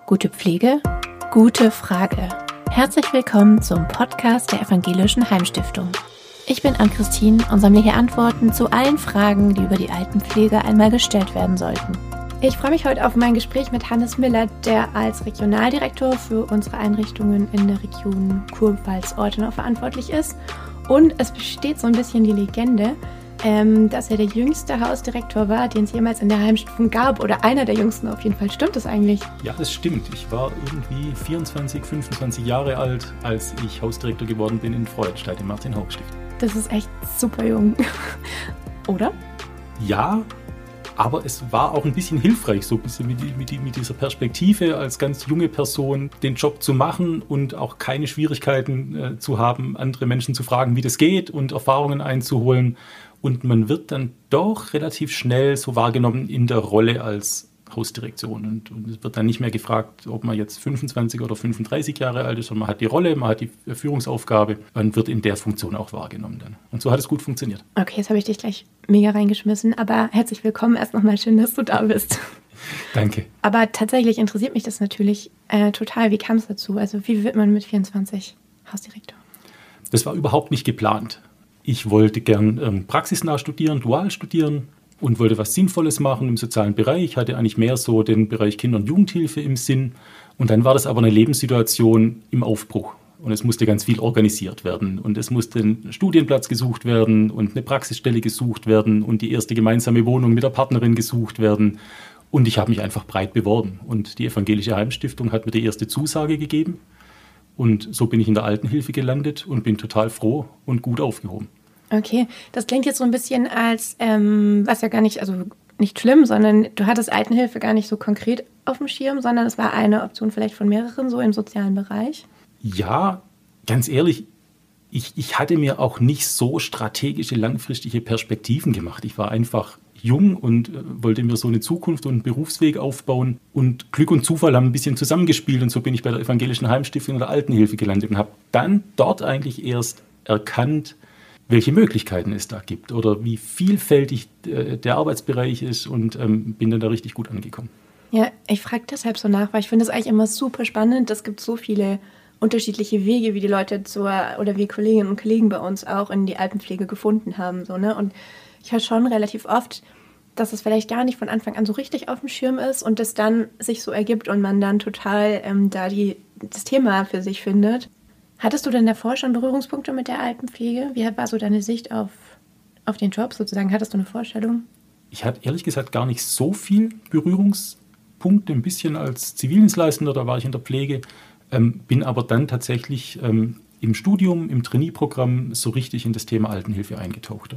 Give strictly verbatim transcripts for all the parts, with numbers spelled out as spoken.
Gute Pflege? Gute Frage. Herzlich willkommen zum Podcast der Evangelischen Heimstiftung. Ich bin Ann-Christine und sammle hier Antworten zu allen Fragen, die über die Altenpflege einmal gestellt werden sollten. Ich freue mich heute auf mein Gespräch mit Hannes Miller, der als Regionaldirektor für unsere Einrichtungen in der Region Kurpfalz-Ortenau verantwortlich ist. Und es besteht so ein bisschen die Legende, ähm, dass er der jüngste Hausdirektor war, den es jemals in der Heimstiftung gab. Oder einer der jüngsten auf jeden Fall. Stimmt das eigentlich? Ja, das stimmt. Ich war irgendwie vierundzwanzig, fünfundzwanzig Jahre alt, als ich Hausdirektor geworden bin in Freudenstadt im Martin-Hauch-Stift. Das ist echt super jung. Oder? Ja, aber es war auch ein bisschen hilfreich, so ein bisschen mit, mit, mit dieser Perspektive als ganz junge Person den Job zu machen und auch keine Schwierigkeiten äh, zu haben, andere Menschen zu fragen, wie das geht und Erfahrungen einzuholen. Und man wird dann doch relativ schnell so wahrgenommen in der Rolle als Hausdirektion. Und, und es wird dann nicht mehr gefragt, ob man jetzt fünfundzwanzig oder fünfunddreißig Jahre alt ist, sondern man hat die Rolle, man hat die Führungsaufgabe und wird in der Funktion auch wahrgenommen dann. Und so hat es gut funktioniert. Okay, jetzt habe ich dich gleich mega reingeschmissen, aber herzlich willkommen. Erst nochmal schön, dass du da bist. Danke. Aber tatsächlich interessiert mich das natürlich äh, total. Wie kam es dazu? Also wie wird man mit vierundzwanzig Hausdirektor? Das war überhaupt nicht geplant. Ich wollte gern ähm, praxisnah studieren, dual studieren und wollte was Sinnvolles machen im sozialen Bereich. Ich hatte eigentlich mehr so den Bereich Kinder- und Jugendhilfe im Sinn. Und dann war das aber eine Lebenssituation im Aufbruch. Und es musste ganz viel organisiert werden. Und es musste ein Studienplatz gesucht werden und eine Praxisstelle gesucht werden und die erste gemeinsame Wohnung mit der Partnerin gesucht werden. Und ich habe mich einfach breit beworben. Und die Evangelische Heimstiftung hat mir die erste Zusage gegeben. Und so bin ich in der Altenhilfe gelandet und bin total froh und gut aufgehoben. Okay, das klingt jetzt so ein bisschen als, ähm, was ja gar nicht, also nicht schlimm, sondern du hattest Altenhilfe gar nicht so konkret auf dem Schirm, sondern es war eine Option vielleicht von mehreren, so im sozialen Bereich. Ja, ganz ehrlich, ich, ich hatte mir auch nicht so strategische, langfristige Perspektiven gemacht. Ich war einfach jung und äh, wollte mir so eine Zukunft und einen Berufsweg aufbauen. Und Glück und Zufall haben ein bisschen zusammengespielt und so bin ich bei der Evangelischen Heimstiftung und der Altenhilfe gelandet und habe dann dort eigentlich erst erkannt, welche Möglichkeiten es da gibt oder wie vielfältig äh, der Arbeitsbereich ist und ähm, bin dann da richtig gut angekommen. Ja, ich frage deshalb so nach, weil ich finde es eigentlich immer super spannend. Es gibt so viele unterschiedliche Wege, wie die Leute zur, oder wie Kolleginnen und Kollegen bei uns auch in die Altenpflege gefunden haben. So, ne? Und ich höre schon relativ oft, dass es vielleicht gar nicht von Anfang an so richtig auf dem Schirm ist und es dann sich so ergibt und man dann total ähm, da die, das Thema für sich findet. Hattest du denn davor schon Berührungspunkte mit der Altenpflege? Wie war so deine Sicht auf, auf den Job sozusagen? Hattest du eine Vorstellung? Ich hatte ehrlich gesagt gar nicht so viel Berührungspunkte, ein bisschen als Zivildienstleistender, da war ich in der Pflege, ähm, bin aber dann tatsächlich ähm, im Studium, im Trainee-Programm so richtig in das Thema Altenhilfe eingetaucht.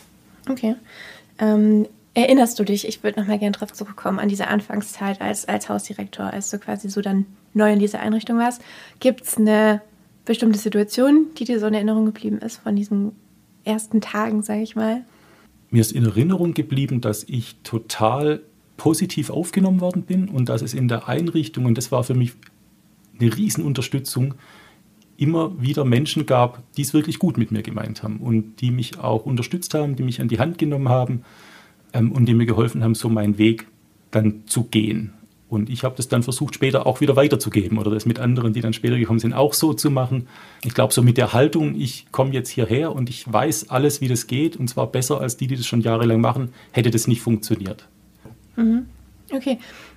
Okay. Ähm, erinnerst du dich, ich würde noch mal gerne drauf zurückkommen, an diese Anfangszeit als, als Hausdirektor, als du quasi so dann neu in dieser Einrichtung warst. Gibt es eine bestimmte Situation, die dir so in Erinnerung geblieben ist von diesen ersten Tagen, sage ich mal? Mir ist in Erinnerung geblieben, dass ich total positiv aufgenommen worden bin und dass es in der Einrichtung, und das war für mich eine Riesenunterstützung, immer wieder Menschen gab, die es wirklich gut mit mir gemeint haben und die mich auch unterstützt haben, die mich an die Hand genommen haben ähm, und die mir geholfen haben, so meinen Weg dann zu gehen. Und ich habe das dann versucht, später auch wieder weiterzugeben oder das mit anderen, die dann später gekommen sind, auch so zu machen. Ich glaube, so mit der Haltung, ich komme jetzt hierher und ich weiß alles, wie das geht, und zwar besser als die, die das schon jahrelang machen, hätte das nicht funktioniert. Mhm. Okay,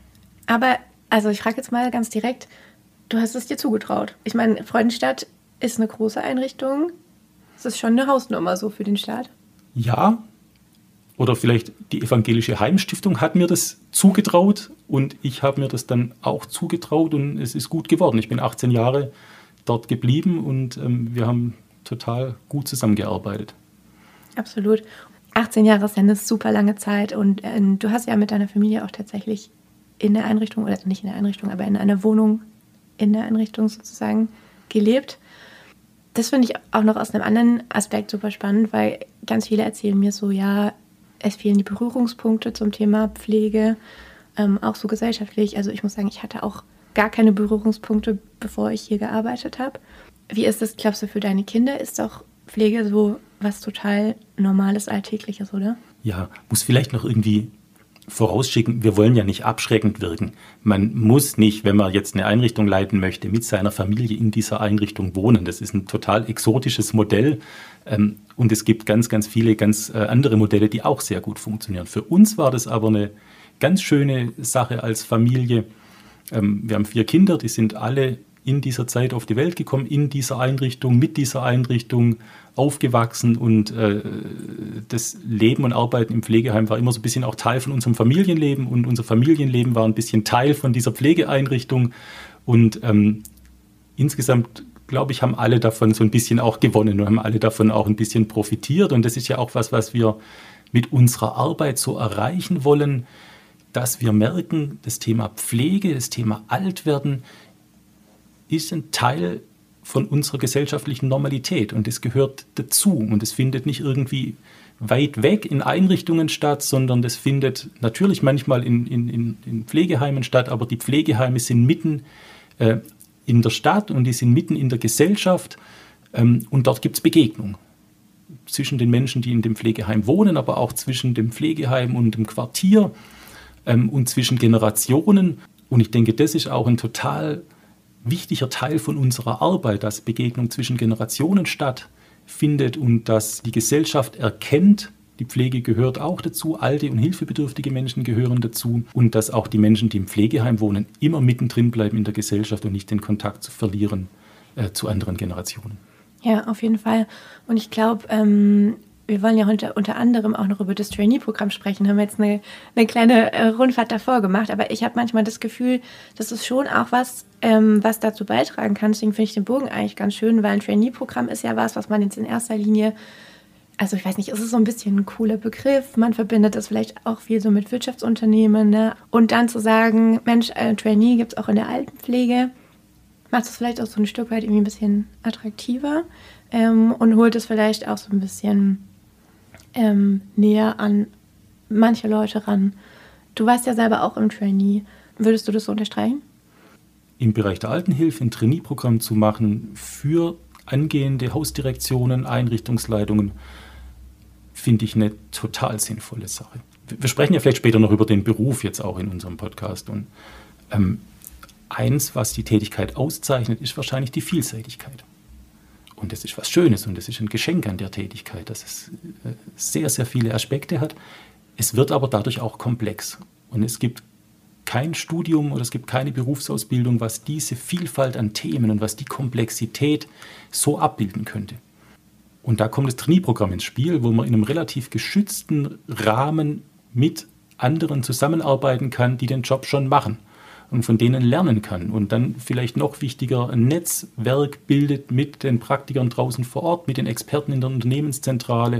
aber also ich frage jetzt mal ganz direkt, du hast es dir zugetraut. Ich meine, Freudenstadt ist eine große Einrichtung. Es ist schon eine Hausnummer so für den Staat. Ja, oder vielleicht die Evangelische Heimstiftung hat mir das zugetraut und ich habe mir das dann auch zugetraut und es ist gut geworden. Ich bin achtzehn Jahre dort geblieben und ähm, wir haben total gut zusammengearbeitet. Absolut. achtzehn Jahre ist ja eine super lange Zeit und äh, du hast ja mit deiner Familie auch tatsächlich in der Einrichtung, oder nicht in der Einrichtung, aber in einer Wohnung in der Einrichtung sozusagen gelebt. Das finde ich auch noch aus einem anderen Aspekt super spannend, weil ganz viele erzählen mir so, ja, es fehlen die Berührungspunkte zum Thema Pflege, ähm, auch so gesellschaftlich. Also ich muss sagen, ich hatte auch gar keine Berührungspunkte, bevor ich hier gearbeitet habe. Wie ist das, glaubst du, für deine Kinder? Ist doch Pflege so was total Normales, Alltägliches, oder? Ja, muss vielleicht noch irgendwie vorausschicken, wir wollen ja nicht abschreckend wirken. Man muss nicht, wenn man jetzt eine Einrichtung leiten möchte, mit seiner Familie in dieser Einrichtung wohnen. Das ist ein total exotisches Modell. Ähm, und es gibt ganz, ganz viele ganz äh, andere Modelle, die auch sehr gut funktionieren. Für uns war das aber eine ganz schöne Sache als Familie. Ähm, wir haben vier Kinder, die sind alle in dieser Zeit auf die Welt gekommen, in dieser Einrichtung, mit dieser Einrichtung aufgewachsen, und äh, das Leben und Arbeiten im Pflegeheim war immer so ein bisschen auch Teil von unserem Familienleben, und unser Familienleben war ein bisschen Teil von dieser Pflegeeinrichtung, und ähm, insgesamt, glaube ich, haben alle davon so ein bisschen auch gewonnen und haben alle davon auch ein bisschen profitiert, und das ist ja auch was, was wir mit unserer Arbeit so erreichen wollen, dass wir merken, das Thema Pflege, das Thema Altwerden ist ein Teil von unserer gesellschaftlichen Normalität, und es gehört dazu, und es findet nicht irgendwie weit weg in Einrichtungen statt, sondern das findet natürlich manchmal in, in, in Pflegeheimen statt, aber die Pflegeheime sind mitten äh, in der Stadt und die sind mitten in der Gesellschaft, ähm, und dort gibt es Begegnung zwischen den Menschen, die in dem Pflegeheim wohnen, aber auch zwischen dem Pflegeheim und dem Quartier ähm, und zwischen Generationen, und ich denke, das ist auch ein total wichtiger Teil von unserer Arbeit, dass Begegnung zwischen Generationen stattfindet und dass die Gesellschaft erkennt, die Pflege gehört auch dazu, alte und hilfebedürftige Menschen gehören dazu, und dass auch die Menschen, die im Pflegeheim wohnen, immer mittendrin bleiben in der Gesellschaft und nicht den Kontakt zu verlieren äh, zu anderen Generationen. Ja, auf jeden Fall. Und ich glaube, ähm, wir wollen ja heute unter anderem auch noch über das Trainee-Programm sprechen. Haben wir jetzt eine, eine kleine äh, Rundfahrt davor gemacht. Aber ich habe manchmal das Gefühl, das ist schon auch was, ähm, was dazu beitragen kann. Deswegen finde ich den Bogen eigentlich ganz schön, weil ein Trainee-Programm ist ja was, was man jetzt in erster Linie, also ich weiß nicht, es ist so ein bisschen ein cooler Begriff. Man verbindet das vielleicht auch viel so mit Wirtschaftsunternehmen. Ne? Und dann zu sagen, Mensch, äh, Trainee gibt es auch in der Altenpflege, macht es vielleicht auch so ein Stück weit irgendwie ein bisschen attraktiver ähm, und holt es vielleicht auch so ein bisschen Ähm, näher an manche Leute ran. Du warst ja selber auch im Trainee. Würdest du das so unterstreichen? Im Bereich der Altenhilfe ein Trainee-Programm zu machen für angehende Hausdirektionen, Einrichtungsleitungen, finde ich eine total sinnvolle Sache. Wir sprechen ja vielleicht später noch über den Beruf jetzt auch in unserem Podcast. Und ähm, eins, was die Tätigkeit auszeichnet, ist wahrscheinlich die Vielseitigkeit. Und das ist was Schönes und das ist ein Geschenk an der Tätigkeit, dass es sehr, sehr viele Aspekte hat. Es wird aber dadurch auch komplex. Und es gibt kein Studium oder es gibt keine Berufsausbildung, was diese Vielfalt an Themen und was die Komplexität so abbilden könnte. Und da kommt das Trainee-Programm ins Spiel, wo man in einem relativ geschützten Rahmen mit anderen zusammenarbeiten kann, die den Job schon machen und von denen lernen kann. Und dann vielleicht noch wichtiger, ein Netzwerk bildet mit den Praktikern draußen vor Ort, mit den Experten in der Unternehmenszentrale.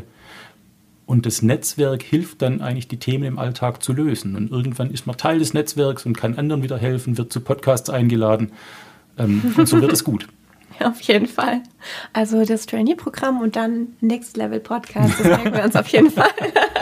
Und das Netzwerk hilft dann eigentlich, die Themen im Alltag zu lösen. Und irgendwann ist man Teil des Netzwerks und kann anderen wieder helfen, wird zu Podcasts eingeladen. Ähm, und so wird es gut. Ja, auf jeden Fall. Also das Trainee-Programm und dann Next Level Podcast, das merken wir uns auf jeden Fall.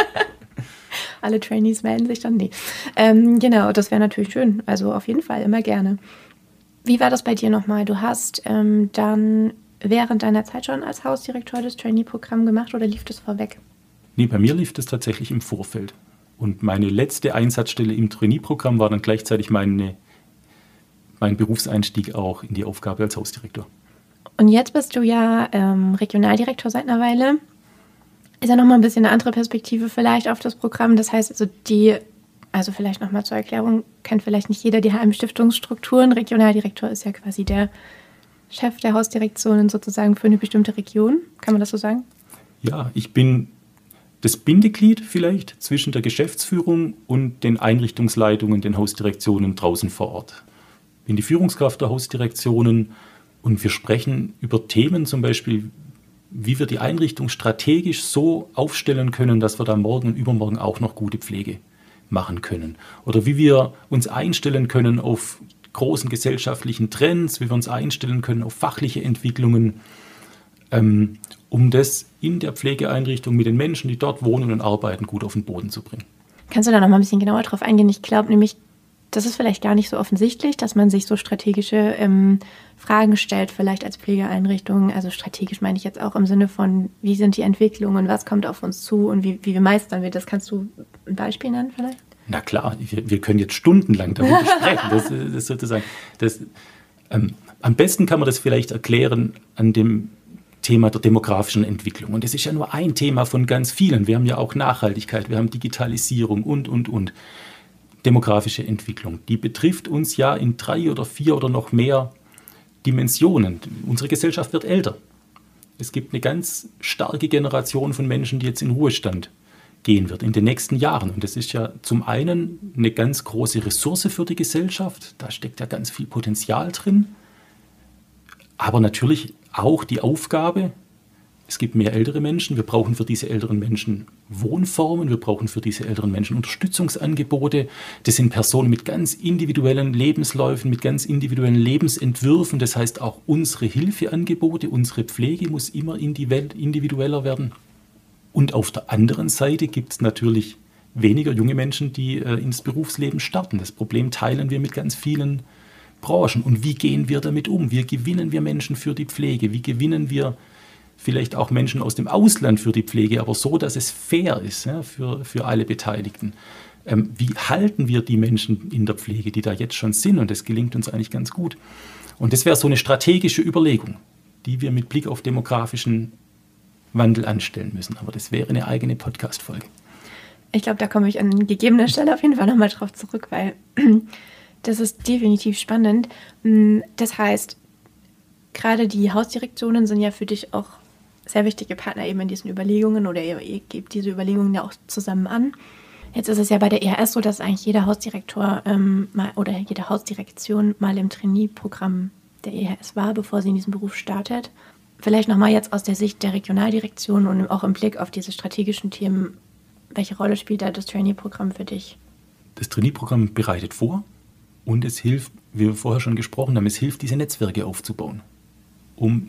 Alle Trainees melden sich dann. Nee. Ähm, genau, das wäre natürlich schön. Also auf jeden Fall, immer gerne. Wie war das bei dir nochmal? Du hast ähm, dann während deiner Zeit schon als Hausdirektor das Trainee-Programm gemacht oder lief das vorweg? Nee, bei mir lief das tatsächlich im Vorfeld. Und meine letzte Einsatzstelle im Trainee-Programm war dann gleichzeitig meine, mein Berufseinstieg auch in die Aufgabe als Hausdirektor. Und jetzt bist du ja ähm, Regionaldirektor seit einer Weile. Ist ja nochmal ein bisschen eine andere Perspektive vielleicht auf das Programm. Das heißt, also die, also vielleicht nochmal zur Erklärung, kennt vielleicht nicht jeder die H M-Stiftungsstrukturen. Regionaldirektor ist ja quasi der Chef der Hausdirektionen sozusagen für eine bestimmte Region. Kann man das so sagen? Ja, ich bin das Bindeglied vielleicht zwischen der Geschäftsführung und den Einrichtungsleitungen, den Hausdirektionen draußen vor Ort. Ich bin die Führungskraft der Hausdirektionen und wir sprechen über Themen zum Beispiel, wie wir die Einrichtung strategisch so aufstellen können, dass wir da morgen und übermorgen auch noch gute Pflege machen können. Oder wie wir uns einstellen können auf großen gesellschaftlichen Trends, wie wir uns einstellen können auf fachliche Entwicklungen, ähm, um das in der Pflegeeinrichtung mit den Menschen, die dort wohnen und arbeiten, gut auf den Boden zu bringen. Kannst du da noch mal ein bisschen genauer drauf eingehen? Ich glaube nämlich, das ist vielleicht gar nicht so offensichtlich, dass man sich so strategische ähm, Fragen stellt, vielleicht als Pflegeeinrichtung. Also strategisch meine ich jetzt auch im Sinne von, wie sind die Entwicklungen, was kommt auf uns zu und wie, wie meistern wir das? Kannst du ein Beispiel nennen vielleicht? Na klar, wir, wir können jetzt stundenlang darüber sprechen. Das, das sozusagen, das, ähm, am besten kann man das vielleicht erklären an dem Thema der demografischen Entwicklung. Und das ist ja nur ein Thema von ganz vielen. Wir haben ja auch Nachhaltigkeit, wir haben Digitalisierung und, und, und. Demografische Entwicklung, die betrifft uns ja in drei oder vier oder noch mehr Dimensionen. Unsere Gesellschaft wird älter. Es gibt eine ganz starke Generation von Menschen, die jetzt in Ruhestand gehen wird in den nächsten Jahren. Und das ist ja zum einen eine ganz große Ressource für die Gesellschaft. Da steckt ja ganz viel Potenzial drin. Aber natürlich auch die Aufgabe, es gibt mehr ältere Menschen. Wir brauchen für diese älteren Menschen Wohnformen. Wir brauchen für diese älteren Menschen Unterstützungsangebote. Das sind Personen mit ganz individuellen Lebensläufen, mit ganz individuellen Lebensentwürfen. Das heißt, auch unsere Hilfeangebote, unsere Pflege muss immer individueller werden. Und auf der anderen Seite gibt es natürlich weniger junge Menschen, die äh, ins Berufsleben starten. Das Problem teilen wir mit ganz vielen Branchen. Und wie gehen wir damit um? Wie gewinnen wir Menschen für die Pflege? Wie gewinnen wir vielleicht auch Menschen aus dem Ausland für die Pflege, aber so, dass es fair ist, ja, für, für alle Beteiligten? Ähm, wie halten wir die Menschen in der Pflege, die da jetzt schon sind? Und das gelingt uns eigentlich ganz gut. Und das wäre so eine strategische Überlegung, die wir mit Blick auf demografischen Wandel anstellen müssen. Aber das wäre eine eigene Podcast-Folge. Ich glaube, da komme ich an gegebener Stelle auf jeden Fall nochmal drauf zurück, weil das ist definitiv spannend. Das heißt, gerade die Hausdirektionen sind ja für dich auch sehr wichtige Partner eben in diesen Überlegungen, oder ihr, ihr gebt diese Überlegungen ja auch zusammen an. Jetzt ist es ja bei der E H S so, dass eigentlich jeder Hausdirektor ähm, mal, oder jede Hausdirektion mal im Trainee-Programm der E H S war, bevor sie in diesen Beruf startet. Vielleicht nochmal jetzt aus der Sicht der Regionaldirektion und auch im Blick auf diese strategischen Themen, welche Rolle spielt da das Trainee-Programm für dich? Das Trainee-Programm bereitet vor und es hilft, wie wir vorher schon gesprochen haben, es hilft, diese Netzwerke aufzubauen, um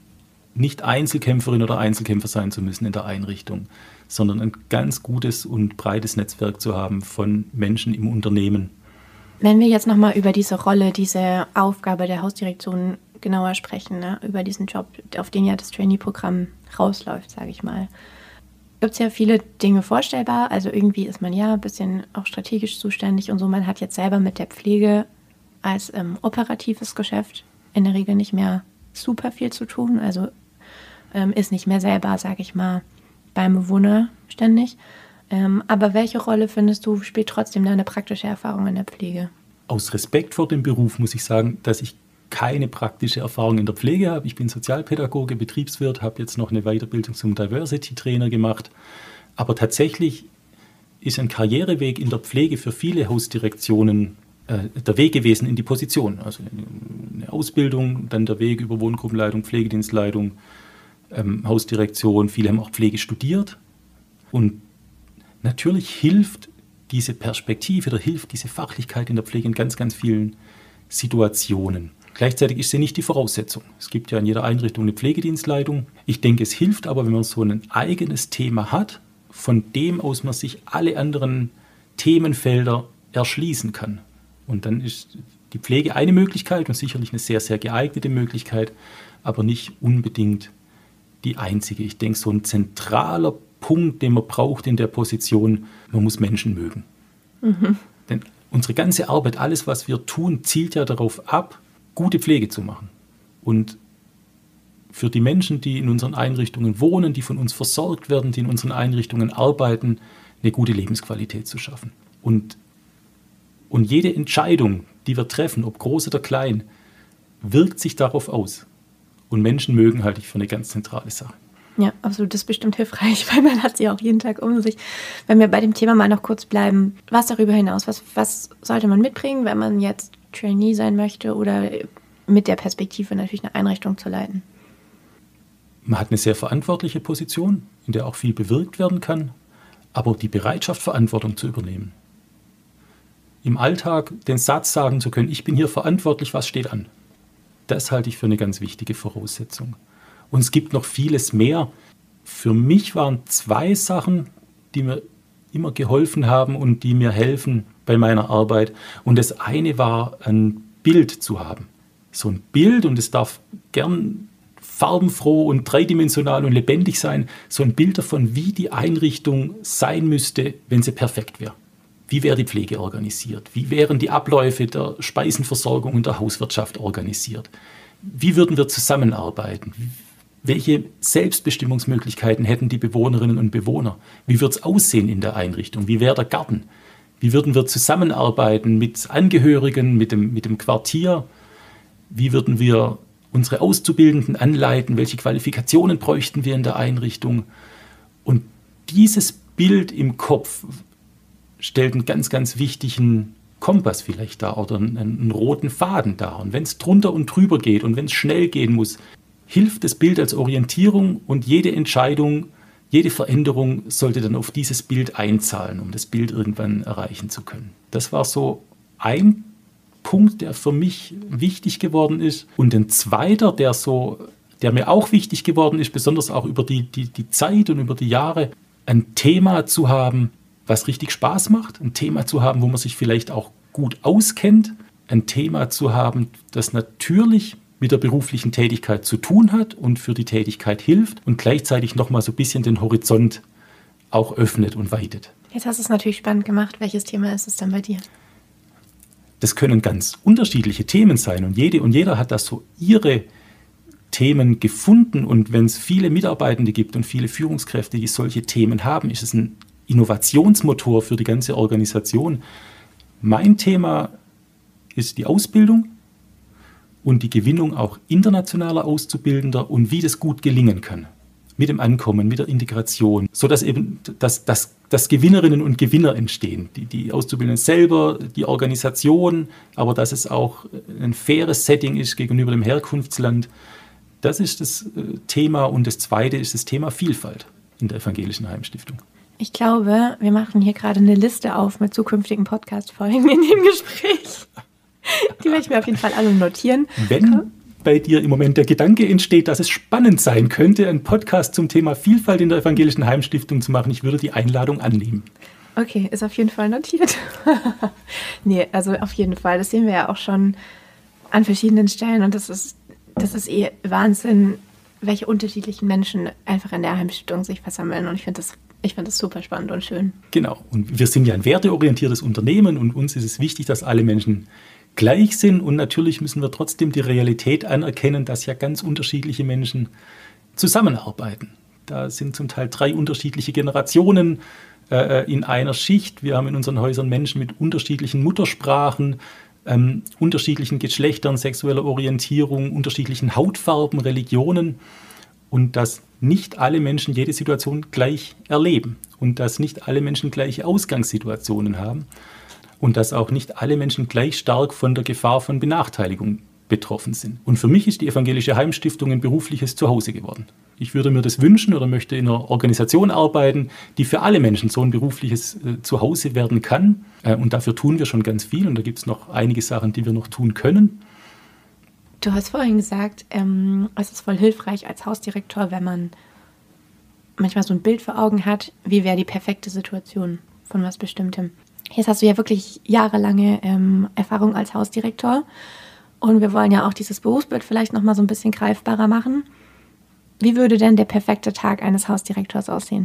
nicht Einzelkämpferin oder Einzelkämpfer sein zu müssen in der Einrichtung, sondern ein ganz gutes und breites Netzwerk zu haben von Menschen im Unternehmen. Wenn wir jetzt nochmal über diese Rolle, diese Aufgabe der Hausdirektion genauer sprechen, ne? Über diesen Job, auf den ja das Trainee-Programm rausläuft, sage ich mal. Gibt es ja viele Dinge vorstellbar, also irgendwie ist man ja ein bisschen auch strategisch zuständig und so, man hat jetzt selber mit der Pflege als ähm, operatives Geschäft in der Regel nicht mehr super viel zu tun, also ähm, ist nicht mehr selber, sage ich mal, beim Bewohner ständig. Ähm, aber welche Rolle findest du, spielt trotzdem deine praktische Erfahrung in der Pflege? Aus Respekt vor dem Beruf muss ich sagen, dass ich keine praktische Erfahrung in der Pflege habe. Ich bin Sozialpädagoge, Betriebswirt, habe jetzt noch eine Weiterbildung zum Diversity-Trainer gemacht. Aber tatsächlich ist ein Karriereweg in der Pflege für viele Hausdirektionen äh, der Weg gewesen in die Position. Also eine Ausbildung, dann der Weg über Wohngruppenleitung, Pflegedienstleitung, ähm, Hausdirektion. Viele haben auch Pflege studiert. Und natürlich hilft diese Perspektive oder hilft diese Fachlichkeit in der Pflege in ganz, ganz vielen Situationen. Gleichzeitig ist sie nicht die Voraussetzung. Es gibt ja in jeder Einrichtung eine Pflegedienstleitung. Ich denke, es hilft aber, wenn man so ein eigenes Thema hat, von dem aus man sich alle anderen Themenfelder erschließen kann. Und dann ist die Pflege eine Möglichkeit und sicherlich eine sehr, sehr geeignete Möglichkeit, aber nicht unbedingt die einzige. Ich denke, so ein zentraler Punkt, den man braucht in der Position, man muss Menschen mögen. Mhm. Denn unsere ganze Arbeit, alles, was wir tun, zielt ja darauf ab, gute Pflege zu machen. Und für die Menschen, die in unseren Einrichtungen wohnen, die von uns versorgt werden, die in unseren Einrichtungen arbeiten, eine gute Lebensqualität zu schaffen. Und, und jede Entscheidung, die wir treffen, ob groß oder klein, wirkt sich darauf aus. Und Menschen mögen halte ich für eine ganz zentrale Sache. Ja, absolut, das ist bestimmt hilfreich, weil man hat sie auch jeden Tag um sich. Wenn wir bei dem Thema mal noch kurz bleiben, was darüber hinaus, was, was sollte man mitbringen, wenn man jetzt Trainee sein möchte oder mit der Perspektive natürlich eine Einrichtung zu leiten? Man hat eine sehr verantwortliche Position, in der auch viel bewirkt werden kann, aber die Bereitschaft, Verantwortung zu übernehmen. Im Alltag den Satz sagen zu können, ich bin hier verantwortlich, was steht an? Das halte ich für eine ganz wichtige Voraussetzung. Und es gibt noch vieles mehr. Für mich waren zwei Sachen, die mir immer geholfen haben und die mir helfen bei meiner Arbeit. Und das eine war, ein Bild zu haben. So ein Bild, und es darf gern farbenfroh und dreidimensional und lebendig sein, so ein Bild davon, wie die Einrichtung sein müsste, wenn sie perfekt wäre. Wie wäre die Pflege organisiert? Wie wären die Abläufe der Speisenversorgung und der Hauswirtschaft organisiert? Wie würden wir zusammenarbeiten? Welche Selbstbestimmungsmöglichkeiten hätten die Bewohnerinnen und Bewohner? Wie würde es aussehen in der Einrichtung? Wie wäre der Garten? Wie würden wir zusammenarbeiten mit Angehörigen, mit dem, mit dem Quartier? Wie würden wir unsere Auszubildenden anleiten? Welche Qualifikationen bräuchten wir in der Einrichtung? Und dieses Bild im Kopf stellt einen ganz, ganz wichtigen Kompass vielleicht dar oder einen, einen roten Faden dar. Und wenn es drunter und drüber geht und wenn es schnell gehen muss, hilft das Bild als Orientierung und jede Entscheidung, jede Veränderung sollte dann auf dieses Bild einzahlen, um das Bild irgendwann erreichen zu können. Das war so ein Punkt, der für mich wichtig geworden ist. Und ein zweiter, der, so, der mir auch wichtig geworden ist, besonders auch über die, die, die Zeit und über die Jahre, ein Thema zu haben, was richtig Spaß macht, ein Thema zu haben, wo man sich vielleicht auch gut auskennt, ein Thema zu haben, das natürlich mit der beruflichen Tätigkeit zu tun hat und für die Tätigkeit hilft und gleichzeitig nochmal so ein bisschen den Horizont auch öffnet und weitet. Jetzt hast du es natürlich spannend gemacht. Welches Thema ist es dann bei dir? Das können ganz unterschiedliche Themen sein und jede und jeder hat da so ihre Themen gefunden. Und wenn es viele Mitarbeitende gibt und viele Führungskräfte, die solche Themen haben, ist es ein Innovationsmotor für die ganze Organisation. Mein Thema ist die Ausbildung und die Gewinnung auch internationaler Auszubildender und wie das gut gelingen kann. Mit dem Ankommen, mit der Integration, sodass eben dass, dass, dass Gewinnerinnen und Gewinner entstehen. Die, die Auszubildenden selber, die Organisation, aber dass es auch ein faires Setting ist gegenüber dem Herkunftsland. Das ist das Thema. Und das Zweite ist das Thema Vielfalt in der Evangelischen Heimstiftung. Ich glaube, wir machen hier gerade eine Liste auf mit zukünftigen Podcast-Folgen in dem Gespräch. Die werde ich mir auf jeden Fall alle notieren. Wenn bei dir im Moment der Gedanke entsteht, dass es spannend sein könnte, einen Podcast zum Thema Vielfalt in der Evangelischen Heimstiftung zu machen, ich würde die Einladung annehmen. Okay, ist auf jeden Fall notiert. Nee, also auf jeden Fall. Das sehen wir ja auch schon an verschiedenen Stellen. Und das ist, das ist eh Wahnsinn, welche unterschiedlichen Menschen einfach in der Heimstiftung sich versammeln. Und ich finde das Ich finde das super spannend und schön. Genau. Und wir sind ja ein werteorientiertes Unternehmen und uns ist es wichtig, dass alle Menschen gleich sind. Und natürlich müssen wir trotzdem die Realität anerkennen, dass ja ganz unterschiedliche Menschen zusammenarbeiten. Da sind zum Teil drei unterschiedliche Generationen äh, in einer Schicht. Wir haben in unseren Häusern Menschen mit unterschiedlichen Muttersprachen, ähm, unterschiedlichen Geschlechtern, sexueller Orientierung, unterschiedlichen Hautfarben, Religionen. Und dass nicht alle Menschen jede Situation gleich erleben und dass nicht alle Menschen gleiche Ausgangssituationen haben und dass auch nicht alle Menschen gleich stark von der Gefahr von Benachteiligung betroffen sind. Und für mich ist die Evangelische Heimstiftung ein berufliches Zuhause geworden. Ich würde mir das wünschen oder möchte in einer Organisation arbeiten, die für alle Menschen so ein berufliches äh, Zuhause werden kann. Äh, und dafür tun wir schon ganz viel und da gibt es noch einige Sachen, die wir noch tun können. Du hast vorhin gesagt, ähm, es ist voll hilfreich als Hausdirektor, wenn man manchmal so ein Bild vor Augen hat, wie wäre die perfekte Situation von was Bestimmtem. Jetzt hast du ja wirklich jahrelange ähm, Erfahrung als Hausdirektor und wir wollen ja auch dieses Berufsbild vielleicht nochmal so ein bisschen greifbarer machen. Wie würde denn der perfekte Tag eines Hausdirektors aussehen?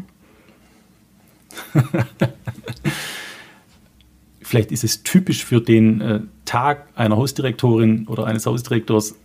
Vielleicht ist es typisch für den äh, Tag einer Hausdirektorin oder eines Hausdirektors,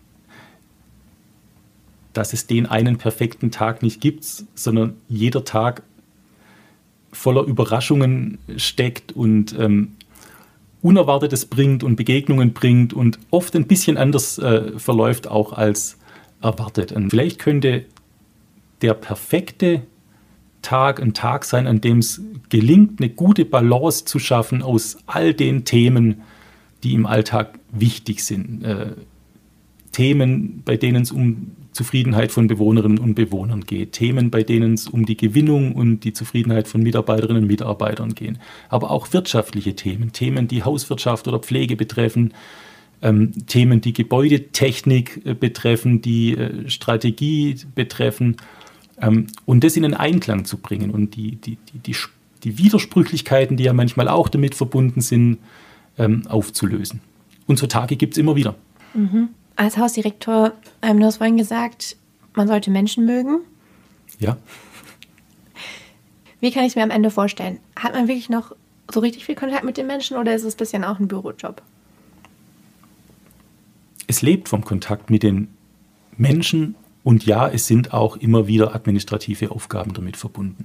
dass es den einen perfekten Tag nicht gibt, sondern jeder Tag voller Überraschungen steckt und ähm, Unerwartetes bringt und Begegnungen bringt und oft ein bisschen anders äh, verläuft auch als erwartet. Und vielleicht könnte der perfekte Tag ein Tag sein, an dem es gelingt, eine gute Balance zu schaffen aus all den Themen, die im Alltag wichtig sind. Äh, Themen, bei denen es um Zufriedenheit von Bewohnerinnen und Bewohnern geht. Themen, bei denen es um die Gewinnung und die Zufriedenheit von Mitarbeiterinnen und Mitarbeitern gehen. Aber auch wirtschaftliche Themen. Themen, die Hauswirtschaft oder Pflege betreffen. Ähm, Themen, die Gebäudetechnik äh, betreffen, die äh, Strategie betreffen. Ähm, und das in einen Einklang zu bringen. Und die, die, die, die, die Widersprüchlichkeiten, die ja manchmal auch damit verbunden sind, ähm, aufzulösen. Und so Tage gibt es immer wieder. Mhm. Als Hausdirektor, ähm, du hast vorhin gesagt, man sollte Menschen mögen. Ja. Wie kann ich es mir am Ende vorstellen? Hat man wirklich noch so richtig viel Kontakt mit den Menschen oder ist es ein bisschen auch ein Bürojob? Es lebt vom Kontakt mit den Menschen und ja, es sind auch immer wieder administrative Aufgaben damit verbunden.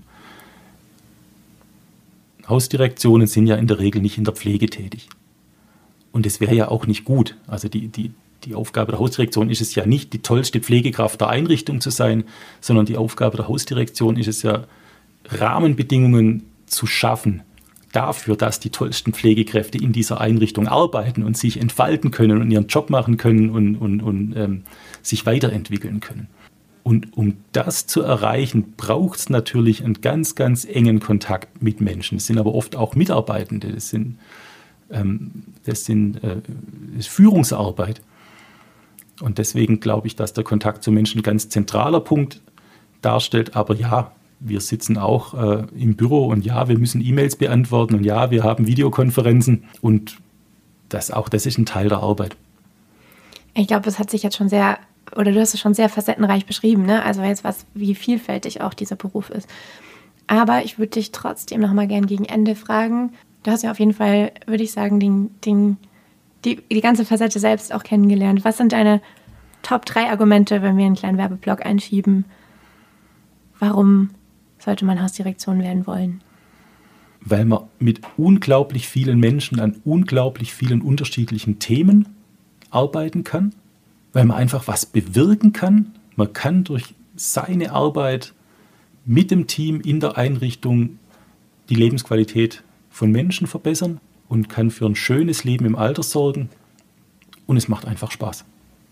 Hausdirektionen sind ja in der Regel nicht in der Pflege tätig. Und es wäre ja auch nicht gut. Also die, die, die Aufgabe der Hausdirektion ist es ja nicht, die tollste Pflegekraft der Einrichtung zu sein, sondern die Aufgabe der Hausdirektion ist es ja, Rahmenbedingungen zu schaffen dafür, dass die tollsten Pflegekräfte in dieser Einrichtung arbeiten und sich entfalten können und ihren Job machen können und, und, und ähm, sich weiterentwickeln können. Und um das zu erreichen, braucht es natürlich einen ganz, ganz engen Kontakt mit Menschen. Es sind aber oft auch Mitarbeitende, das sind, ähm, das sind äh, das ist Führungsarbeit. Und deswegen glaube ich, dass der Kontakt zu Menschen ein ganz zentraler Punkt darstellt. Aber ja, wir sitzen auch äh, im Büro und ja, wir müssen E-Mails beantworten und ja, wir haben Videokonferenzen und das, auch das ist ein Teil der Arbeit. Ich glaube, es hat sich jetzt schon sehr, oder du hast es schon sehr facettenreich beschrieben, ne? Also jetzt was, wie vielfältig auch dieser Beruf ist. Aber ich würde dich trotzdem noch mal gern gegen Ende fragen. Du hast ja auf jeden Fall, würde ich sagen, den, den, die, die ganze Facette selbst auch kennengelernt. Was sind deine Top drei Argumente, wenn wir einen kleinen Werbeblock einschieben? Warum sollte man Hausdirektion werden wollen? Weil man mit unglaublich vielen Menschen an unglaublich vielen unterschiedlichen Themen arbeiten kann, weil man einfach was bewirken kann. Man kann durch seine Arbeit mit dem Team in der Einrichtung die Lebensqualität von Menschen verbessern und kann für ein schönes Leben im Alter sorgen. Und es macht einfach Spaß.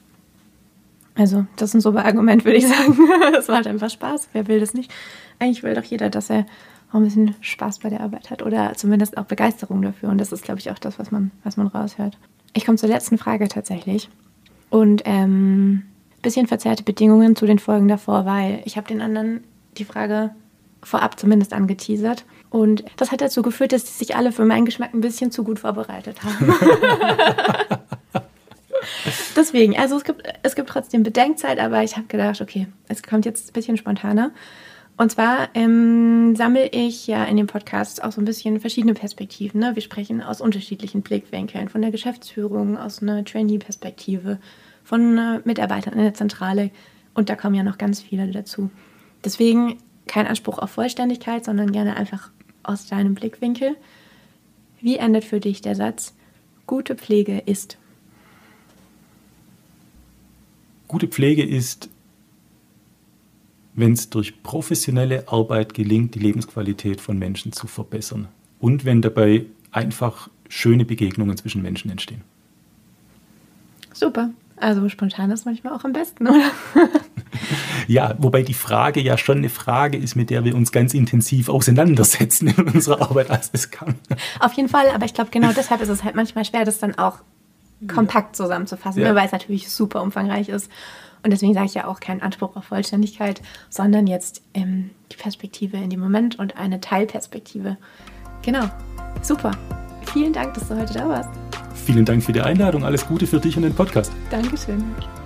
Also, das ist ein super Argument, würde ich sagen. Es macht einfach Spaß. Wer will das nicht? Eigentlich will doch jeder, dass er auch ein bisschen Spaß bei der Arbeit hat oder zumindest auch Begeisterung dafür. Und das ist, glaube ich, auch das, was man, was man raushört. Ich komme zur letzten Frage tatsächlich. Und ähm, ein bisschen verzerrte Bedingungen zu den Folgen davor, weil ich habe den anderen die Frage vorab zumindest angeteasert. Und das hat dazu geführt, dass die sich alle für meinen Geschmack ein bisschen zu gut vorbereitet haben. Deswegen, also es gibt, es gibt trotzdem Bedenkzeit, aber ich habe gedacht, okay, es kommt jetzt ein bisschen spontaner. Und zwar ähm, sammle ich ja in dem Podcast auch so ein bisschen verschiedene Perspektiven. Ne? Wir sprechen aus unterschiedlichen Blickwinkeln, von der Geschäftsführung, aus einer Trainee-Perspektive, von äh, Mitarbeitern in der Zentrale. Und da kommen ja noch ganz viele dazu. Deswegen kein Anspruch auf Vollständigkeit, sondern gerne einfach aus deinem Blickwinkel. Wie endet für dich der Satz, gute Pflege ist? Gute Pflege ist, wenn es durch professionelle Arbeit gelingt, die Lebensqualität von Menschen zu verbessern. Und wenn dabei einfach schöne Begegnungen zwischen Menschen entstehen. Super. Also spontan ist manchmal auch am besten, oder? Ja, wobei die Frage ja schon eine Frage ist, mit der wir uns ganz intensiv auseinandersetzen in unserer Arbeit als es kann. Auf jeden Fall, aber ich glaube, genau deshalb ist es halt manchmal schwer, das dann auch kompakt zusammenzufassen, ja. Weil es natürlich super umfangreich ist. Und deswegen sage ich ja auch keinen Anspruch auf Vollständigkeit, sondern jetzt ähm, die Perspektive in dem Moment und eine Teilperspektive. Genau, super. Vielen Dank, dass du heute da warst. Vielen Dank für die Einladung. Alles Gute für dich und den Podcast. Dankeschön.